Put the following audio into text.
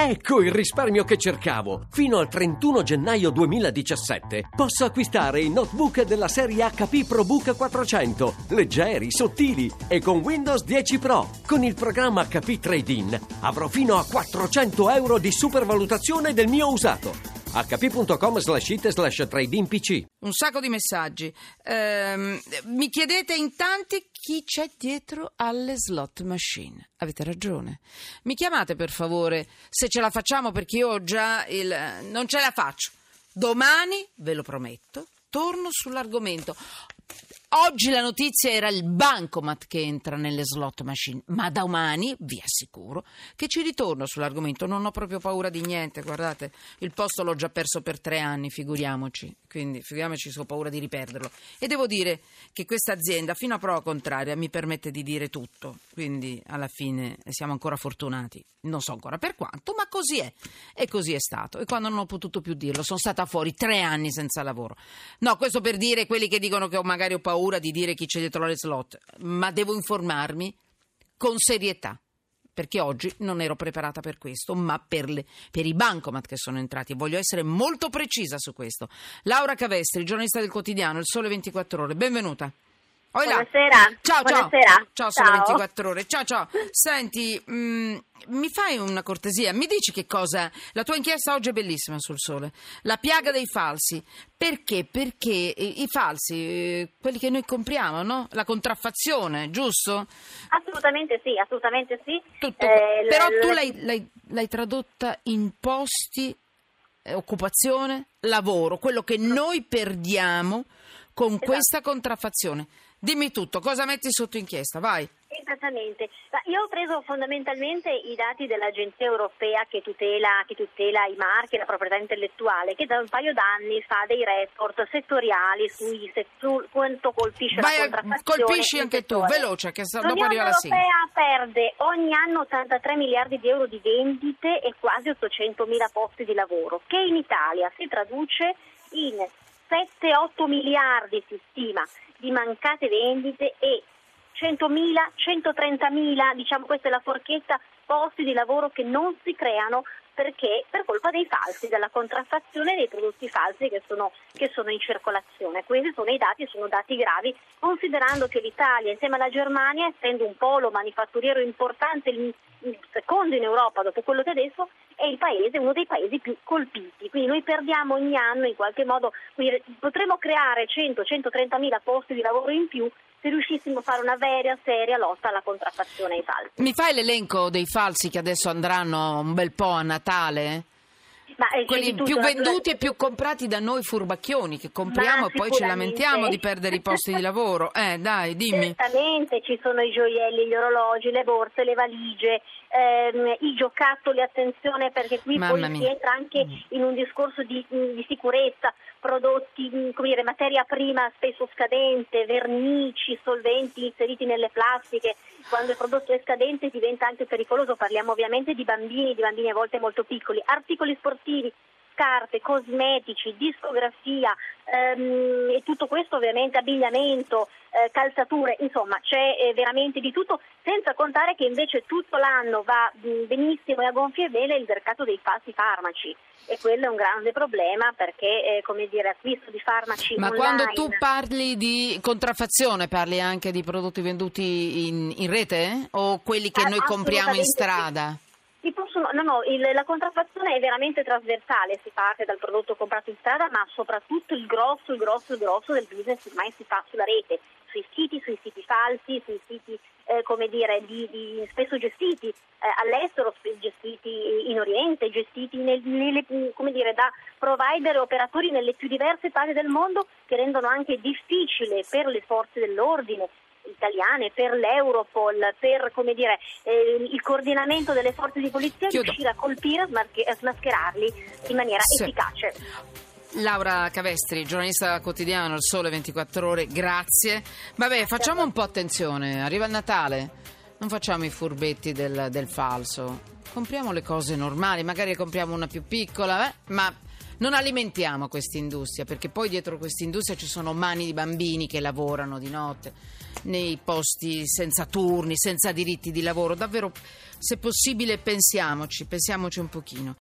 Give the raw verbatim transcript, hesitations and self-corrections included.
Ecco il risparmio che cercavo! Fino al trentuno gennaio duemiladiciassette posso acquistare i notebook della serie acca pi ProBook quattrocento, leggeri, sottili e con Windows dieci Pro. Con il programma acca pi Trade-in avrò fino a quattrocento euro di supervalutazione del mio usato. acca pi punto com slash it slash trade in pc. Un sacco di messaggi. Ehm, mi chiedete in tanti chi c'è dietro alle slot machine. Avete ragione. Mi chiamate per favore se ce la facciamo, perché io ho già il... non ce la faccio. Domani, ve lo prometto, torno sull'argomento. Oggi la notizia era il bancomat che entra nelle slot machine, ma domani vi assicuro che ci ritorno sull'argomento. Non ho proprio paura di niente, guardate, il posto l'ho già perso per tre anni, figuriamoci, quindi figuriamoci se ho paura di riperderlo. E devo dire che questa azienda, fino a prova contraria, mi permette di dire tutto, quindi alla fine siamo ancora fortunati. Non so ancora per quanto, ma così è, e così è stato. E quando non ho potuto più dirlo, sono stata fuori tre anni senza lavoro. No, questo per dire quelli che dicono che ho magari ho paura di dire chi c'è dietro le slot, ma devo informarmi con serietà, perché oggi non ero preparata per questo, ma per, le, per i bancomat che sono entrati. Voglio essere molto precisa su questo. Laura Cavestri, giornalista del quotidiano Il Sole ventiquattro Ore, benvenuta. Buonasera. Ciao, Buonasera. ciao. Ciao, Sole ciao. ventiquattro Ore. Ciao, ciao. Senti, mh, mi fai una cortesia? Mi dici che cosa... La tua inchiesta oggi è bellissima sul Sole. La piaga dei falsi. Perché? Perché i, i falsi, eh, quelli che noi compriamo, no? La contraffazione, giusto? Assolutamente sì, assolutamente sì. Tutto. Eh, Però l- tu l'hai, l'hai, l'hai tradotta in posti, eh, occupazione, lavoro, quello che noi perdiamo con Esatto. questa contraffazione. Dimmi tutto, cosa metti sotto inchiesta? Vai. Esattamente. Ma io ho preso fondamentalmente i dati dell'Agenzia Europea che tutela, che tutela i marchi e la proprietà intellettuale, che da un paio d'anni fa dei report settoriali sui, su quanto colpisce Vai, la contraffazione. colpisci anche tu, veloce, che dopo L'Unione arriva la sigla. Europea perde ogni anno ottantatré miliardi di euro di vendite e quasi ottocentomila posti di lavoro, che in Italia si traduce in sette otto miliardi, si stima, di mancate vendite e centomila, centotrentamila, diciamo questa è la forchetta, posti di lavoro che non si creano perché per colpa dei falsi, della contraffazione dei prodotti falsi che sono, che sono in circolazione. Questi sono i dati, sono dati gravi, considerando che l'Italia insieme alla Germania, essendo un polo manifatturiero importante, il, il secondo in Europa dopo quello tedesco, è il paese, uno dei paesi più colpiti. Quindi noi perdiamo ogni anno in qualche modo, potremmo creare cento centotrentamila posti di lavoro in più se riuscissimo a fare una vera, seria lotta alla contraffazione ai falsi. Mi fai l'elenco dei falsi che adesso andranno un bel po' a Natale? Ma, eh, quelli tutto, più venduti naturalmente. e più comprati da noi furbacchioni che compriamo Ma e poi ci lamentiamo di perdere i posti di lavoro. Eh dai, dimmi. Certamente ci sono i gioielli, gli orologi, le borse, le valigie, ehm, i giocattoli, attenzione perché qui Mamma poi mia. si entra anche in un discorso di, di sicurezza, prodotti, come dire, materia prima spesso scadente, vernici, solventi inseriti nelle plastiche. Quando il prodotto è scadente diventa anche pericoloso, parliamo ovviamente di bambini, di bambini a volte molto piccoli, articoli sportivi, scarpe, cosmetici, discografia ehm, e tutto questo ovviamente abbigliamento, eh, calzature, insomma c'è eh, veramente di tutto, senza contare che invece tutto l'anno va mh, benissimo e a gonfie vele il mercato dei falsi farmaci e quello è un grande problema perché eh, come dire acquisto di farmaci Ma online. quando tu parli di contraffazione parli anche di prodotti venduti in, in rete eh? o quelli che Ah, noi compriamo in assolutamente strada? Sì. Si possono, no, no, il, la contraffazione è veramente trasversale, si parte dal prodotto comprato in strada, ma soprattutto il grosso, il grosso, il grosso del business ormai si fa sulla rete, sui siti, sui siti falsi, sui siti, eh, come dire, di, di, spesso gestiti eh, all'estero, gestiti in Oriente, gestiti nel, nelle, come dire, da provider e operatori nelle più diverse parti del mondo che rendono anche difficile per le forze dell'ordine italiane, per l'Europol, per come dire eh, il coordinamento delle forze di polizia, Chiudo. riuscire a colpire, a, smarche- a smascherarli in maniera Sì. efficace. Laura Cavestri, giornalista quotidiano Il Sole ventiquattro Ore, grazie. Vabbè, facciamo un po' attenzione, arriva il Natale, non facciamo i furbetti del, del falso, compriamo le cose normali, magari compriamo una più piccola, eh? ma non alimentiamo questa industria, perché poi dietro questa industria ci sono mani di bambini che lavorano di notte nei posti senza turni, senza diritti di lavoro. Davvero, se possibile, pensiamoci, pensiamoci un pochino.